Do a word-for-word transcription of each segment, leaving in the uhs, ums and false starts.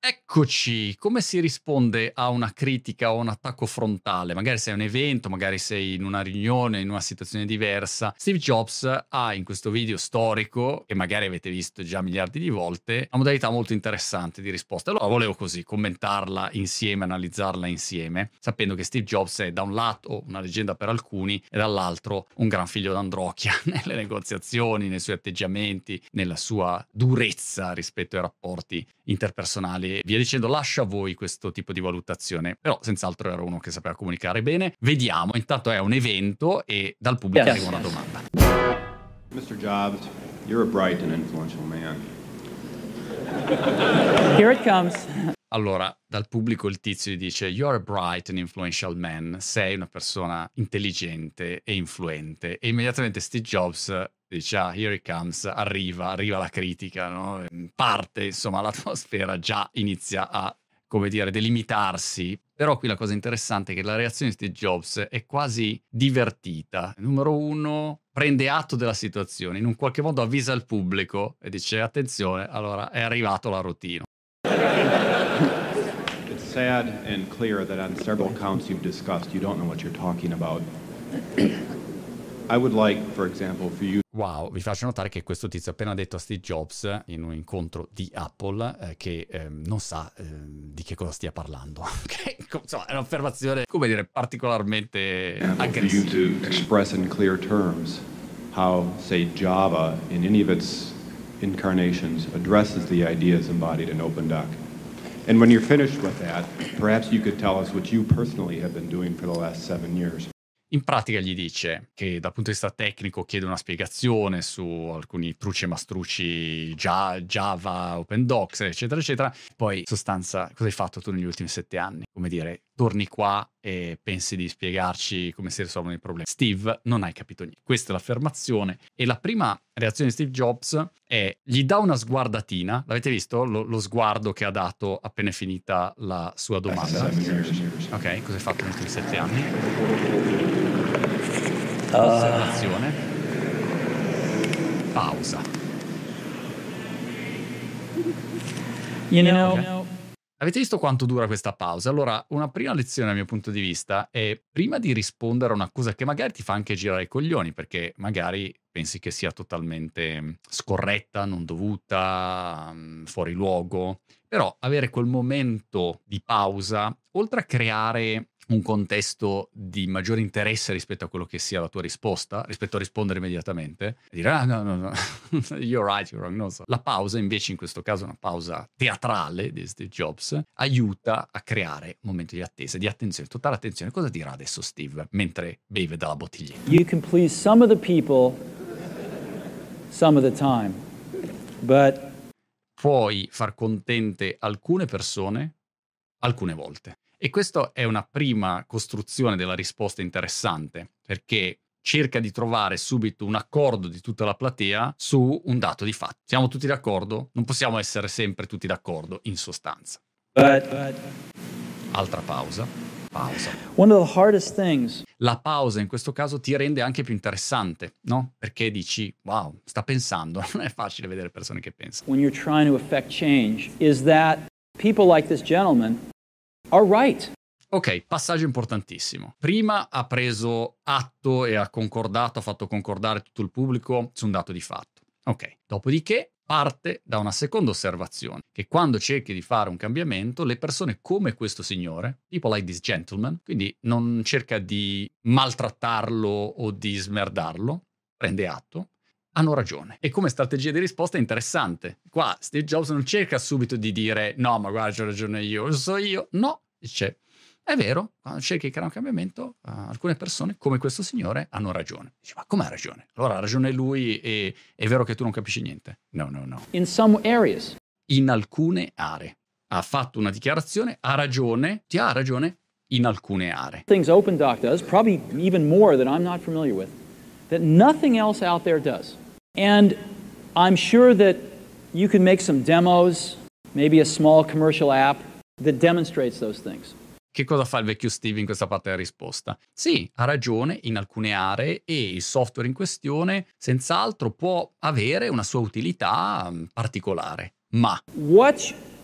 Eccoci, come si risponde a una critica o un attacco frontale? Magari sei a un evento, magari sei in una riunione, in una situazione diversa. Steve Jobs ha in questo video storico, che magari avete visto già miliardi di volte, una modalità molto interessante di risposta. Allora volevo così commentarla insieme, analizzarla insieme, sapendo che Steve Jobs è da un lato una leggenda per alcuni e dall'altro un gran figlio d'Androcchia nelle negoziazioni, nei suoi atteggiamenti, nella sua durezza rispetto ai rapporti interpersonali. Via dicendo, lascia a voi questo tipo di valutazione, però senz'altro era uno che sapeva comunicare bene. Vediamo, intanto è un evento e dal pubblico Yes. arriva una domanda. mister Jobs, you're a bright and influential man. Here it comes. Allora, dal pubblico il tizio gli dice "You're a bright and influential man", sei una persona intelligente e influente, e immediatamente Steve Jobs dice "Ah, here it comes", arriva, arriva la critica, no? Parte, insomma, l'atmosfera già inizia a, come dire, delimitarsi. Però qui la cosa interessante è che la reazione di Steve Jobs è quasi divertita. Numero uno, prende atto della situazione, in un qualche modo avvisa il pubblico e dice "Attenzione, allora è arrivato l'arrotino". It's sad and clear that on several counts you've discussed, you don't know what you're talking about. I would like, for example, for you. Wow, vi faccio notare che questo tizio ha appena detto a Steve Jobs in un incontro di Apple eh, che eh, non sa eh, di che cosa stia parlando. Che, insomma, è un'affermazione, come dire, particolarmente For you aggressiva. to express in clear terms how, say, Java, in any of its incarnations, addresses the ideas embodied in OpenDoc. And when you're finished with that, perhaps you could tell us what you personally have been doing for the last seven years. In pratica gli dice che dal punto di vista tecnico chiede una spiegazione su alcuni truci e mastrucci Java, OpenDocs, eccetera, eccetera. Poi, in sostanza, cosa hai fatto tu negli ultimi sette anni? Come dire, torni qua e pensi di spiegarci come si risolvono i problemi. Steve, non hai capito niente. Questa è l'affermazione. E la prima reazione di Steve Jobs è, gli dà una sguardatina. L'avete visto? Lo, lo sguardo che ha dato appena è finita la sua domanda. Ok, cosa hai fatto negli ultimi sette anni? Osservazione. Pausa. You know, Avete visto quanto dura questa pausa? Allora, una prima lezione dal mio punto di vista è, prima di rispondere a una cosa che magari ti fa anche girare i coglioni, perché magari pensi che sia totalmente scorretta, non dovuta, fuori luogo, però avere quel momento di pausa, oltre a creare un contesto di maggiore interesse rispetto a quello che sia la tua risposta, rispetto a rispondere immediatamente, e dire ah no no no, you're right, you're wrong, non so. La pausa invece in questo caso è una pausa teatrale di Steve Jobs, aiuta a creare un momento di attesa, di attenzione, totale attenzione. Cosa dirà adesso Steve mentre beve dalla bottiglietta? you can please some of the people some of the time, but Puoi far contente alcune persone alcune volte. E questa è una prima costruzione della risposta interessante, perché cerca di trovare subito un accordo di tutta la platea su un dato di fatto. Siamo tutti d'accordo? Non possiamo essere sempre tutti d'accordo, in sostanza. but, but Altra pausa. Pausa. one of the hardest things La pausa in questo caso ti rende anche più interessante, no? Perché dici, wow, sta pensando. Non è facile vedere persone che pensano. when you're trying to affect change is that people like this gentleman are right. Ok, passaggio importantissimo. Prima ha preso atto e ha concordato, ha fatto concordare tutto il pubblico su un dato di fatto. Ok, dopodiché parte da una seconda osservazione, che quando cerchi di fare un cambiamento, le persone come questo signore, people like this gentleman, quindi non cerca di maltrattarlo o di smerdarlo, prende atto, hanno ragione. E come strategia di risposta è interessante. Qua Steve Jobs non cerca subito di dire no, ma guarda, c'ho ragione io, lo so io. No, dice è vero, quando cerchi di creare un cambiamento, uh, alcune persone, come questo signore, hanno ragione. Dice, ma come ha ragione? Allora ha ragione lui e è vero che tu non capisci niente? No, no, no. In some areas, In alcune aree. Ha fatto una dichiarazione, ha ragione, ti ha ragione in alcune aree. things OpenDoc does, probably even more that I'm not familiar with, that nothing else out there does. And I'm sure that you can make some demos, maybe a small commercial app that demonstrates those things. Che cosa fa il vecchio Steve in questa parte della risposta? Sì, ha ragione in alcune aree e il software in questione senz'altro può avere una sua utilità particolare, ma What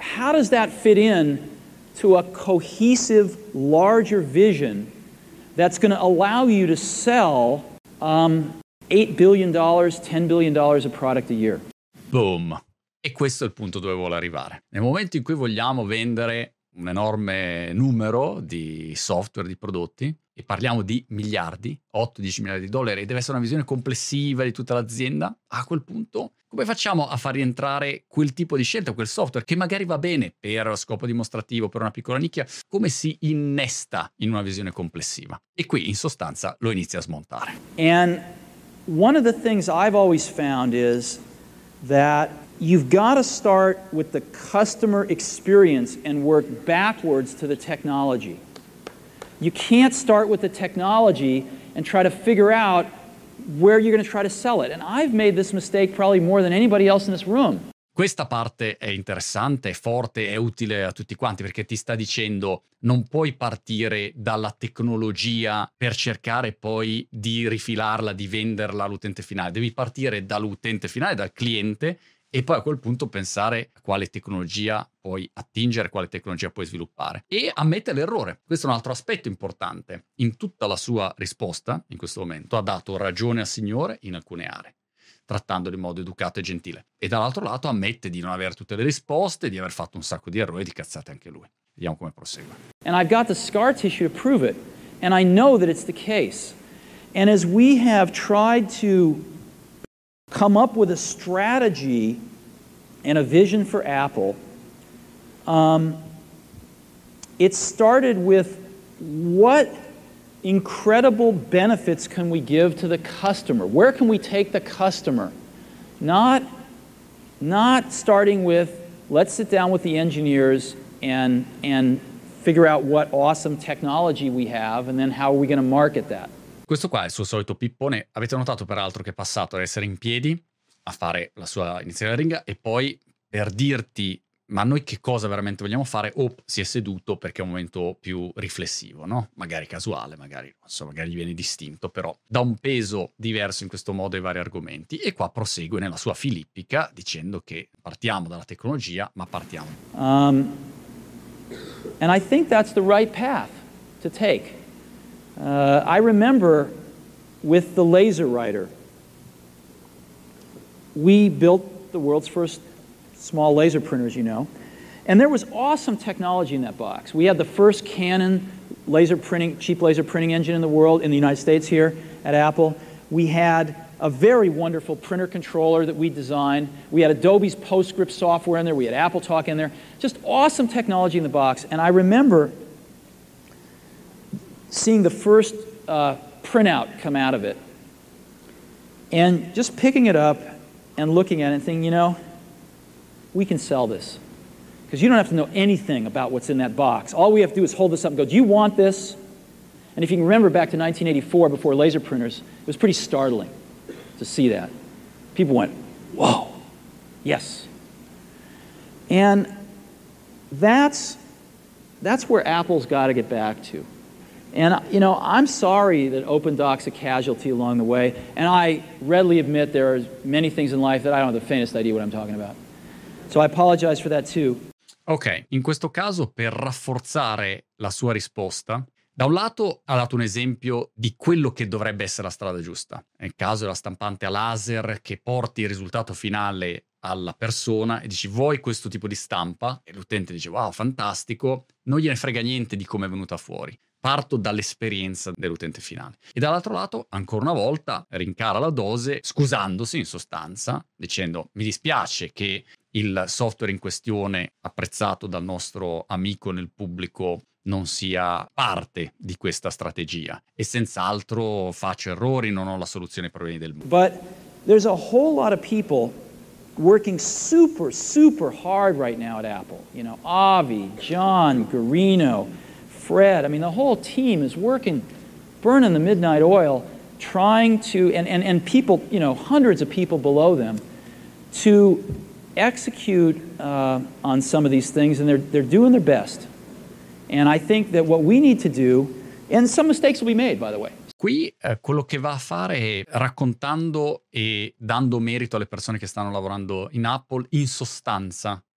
how does that fit in to a cohesive, larger vision that's going to allow you to sell um, eight billion dollars, ten billion dollars of product a year? Boom. E questo è il punto dove vuole arrivare. Nel momento in cui vogliamo vendere un enorme numero di software, di prodotti, e parliamo di miliardi, otto dieci miliardi di dollari, e deve essere una visione complessiva di tutta l'azienda, a quel punto come facciamo a far rientrare quel tipo di scelta, quel software che magari va bene per scopo dimostrativo, per una piccola nicchia, come si innesta in una visione complessiva? E qui in sostanza lo inizia a smontare. And one of the things I've always found is that you've got to start with the customer experience and work backwards to the technology. You can't start with the technology and try to figure out where you're going to try to sell it. And I've made this mistake probably more than anybody else in this room. Questa parte è interessante, è forte, è utile a tutti quanti, perché ti sta dicendo non puoi partire dalla tecnologia per cercare poi di rifilarla, di venderla all'utente finale. Devi partire dall'utente finale, dal cliente, e poi a quel punto pensare a quale tecnologia puoi attingere, quale tecnologia puoi sviluppare. E ammette l'errore. Questo è un altro aspetto importante. In tutta la sua risposta, in questo momento, ha dato ragione al Signore in alcune aree, trattandolo in modo educato e gentile. E dall'altro lato ammette di non avere tutte le risposte, di aver fatto un sacco di errori e di cazzate anche lui. Vediamo come prosegue. And I've got the scar tissue to prove it. And I know that it's the case. And as we have tried to come up with a strategy and a vision for Apple, um, it started with what incredible benefits can we give to the customer? Where can we take the customer? Not, not starting with, let's sit down with the engineers and, and figure out what awesome technology we have, and then how are we going to market that? Questo qua è il suo solito pippone. Avete notato peraltro che è passato ad essere in piedi a fare la sua iniziale ringa, e poi per dirti ma noi che cosa veramente vogliamo fare, o si è seduto perché è un momento più riflessivo, no? Magari casuale, magari, non so, magari gli viene distinto, però dà un peso diverso in questo modo ai vari argomenti, e qua prosegue nella sua filippica dicendo che partiamo dalla tecnologia, ma partiamo. Um, and I think that's the right path to take. Uh, I remember with the LaserWriter, we built the world's first small laser printers, you know, and there was awesome technology in that box. We had the first Canon laser printing, cheap laser printing engine in the world, in the United States here at Apple. We had a very wonderful printer controller that we designed. We had Adobe's PostScript software in there. We had AppleTalk in there. Just awesome technology in the box. And I remember seeing the first uh, printout come out of it, and just picking it up and looking at it and thinking, you know, we can sell this. Because you don't have to know anything about what's in that box. All we have to do is hold this up and go, do you want this? And if you can remember back to nineteen eighty-four, before laser printers, it was pretty startling to see that. People went, whoa, yes. And that's, that's where Apple's got to get back to. And, you know, I'm sorry that OpenDoc's a casualty along the way, and I readily admit there are many things in life that I don't have the faintest idea what I'm talking about. So I apologize for that too. Ok, in questo caso, per rafforzare la sua risposta, da un lato ha dato un esempio di quello che dovrebbe essere la strada giusta. Nel caso della stampante a laser che porti il risultato finale alla persona e dici vuoi questo tipo di stampa? E l'utente dice wow, fantastico, non gliene frega niente di come è venuta fuori. Parto dall'esperienza dell'utente finale. E dall'altro lato, ancora una volta, rincara la dose, scusandosi in sostanza, dicendo mi dispiace che il software in questione, apprezzato dal nostro amico nel pubblico, non sia parte di questa strategia. E senz'altro faccio errori, non ho la soluzione ai problemi del mondo. But there's a whole lot of people working super, super hard right now at Apple. You know, Avi, John, Garino, Fred, I mean, the whole team is working, burning the midnight oil, trying to, and, and, and people, you know, hundreds of people below them, to execute uh, on some of these things, and they're, they're doing their best. And I think that what we need to do, and some mistakes will be made, by the way. Qui eh, quello che va a fare è raccontando e dando merito alle persone che stanno lavorando in Apple, in sostanza,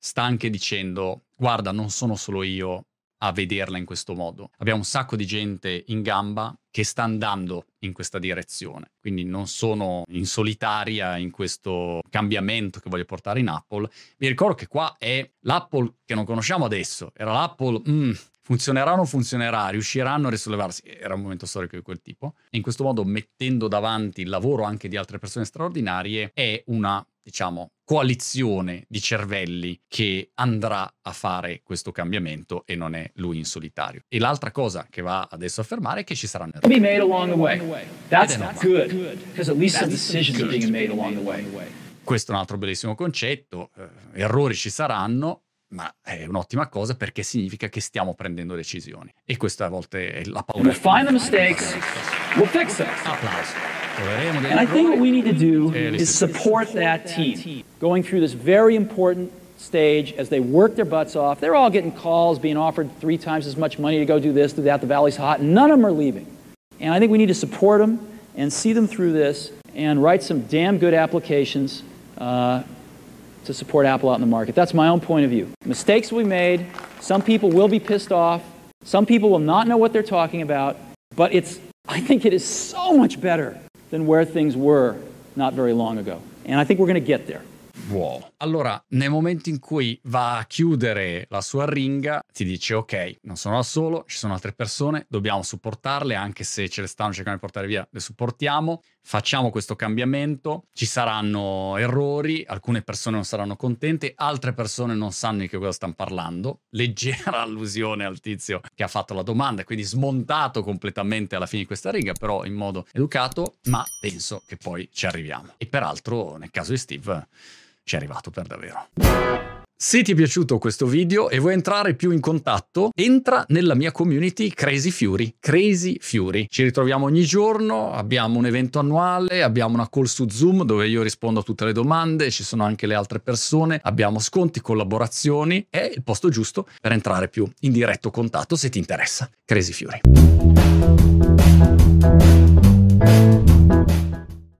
sta anche dicendo: guarda, non sono solo io a vederla in questo modo. Abbiamo un sacco di gente in gamba che sta andando in questa direzione. Quindi non sono in solitaria in questo cambiamento che voglio portare in Apple. Vi ricordo che qua è l'Apple che non conosciamo adesso. Era l'Apple... Mm, funzionerà o non funzionerà? Riusciranno a risollevarsi? Era un momento storico di quel tipo. E in questo modo, mettendo davanti il lavoro anche di altre persone straordinarie, è una, diciamo, coalizione di cervelli che andrà a fare questo cambiamento e non è lui in solitario. E l'altra cosa che va adesso a affermare è che ci saranno errori. Be made along the way. That's good, because at least some decisions are being made along the way. Questo è un altro bellissimo concetto. Eh, errori ci saranno, ma è un'ottima cosa perché significa che stiamo prendendo decisioni. E questa a volte è la paura. We'll find the mistakes, we'll fix them. Applauso. Troveremo degli And I think what we need to do Eh, li is sto- support that team going through this very important stage as they work their butts off. They're all getting calls, being offered three times as much money to go do this, do that. The valley's hot. None of them are leaving. And I think we need to support them and see them through this and write some damn good applications uh, to support Apple out in the market. That's my own point of view. Mistakes will be made. Some people will be pissed off. Some people will not know what they're talking about. But it's, I think it is so much better than where things were not very long ago. And I think we're going to get there. Wow. Allora, nel momento in cui va a chiudere la sua arringa, ti dice: ok, non sono da solo, ci sono altre persone, dobbiamo supportarle, anche se ce le stanno cercando di portare via, le supportiamo, facciamo questo cambiamento, ci saranno errori, alcune persone non saranno contente, altre persone non sanno di che cosa stanno parlando. Leggera allusione al tizio che ha fatto la domanda, quindi smontato completamente alla fine di questa riga, però in modo educato, ma penso che poi ci arriviamo. E peraltro, nel caso di Steve, ci è arrivato per davvero. Se ti è piaciuto questo video e vuoi entrare più in contatto, entra nella mia community Crazy Fury. Crazy Fury. Ci ritroviamo ogni giorno, abbiamo un evento annuale, abbiamo una call su Zoom dove io rispondo a tutte le domande, ci sono anche le altre persone, abbiamo sconti, collaborazioni. È il posto giusto per entrare più in diretto contatto se ti interessa. Crazy Fury.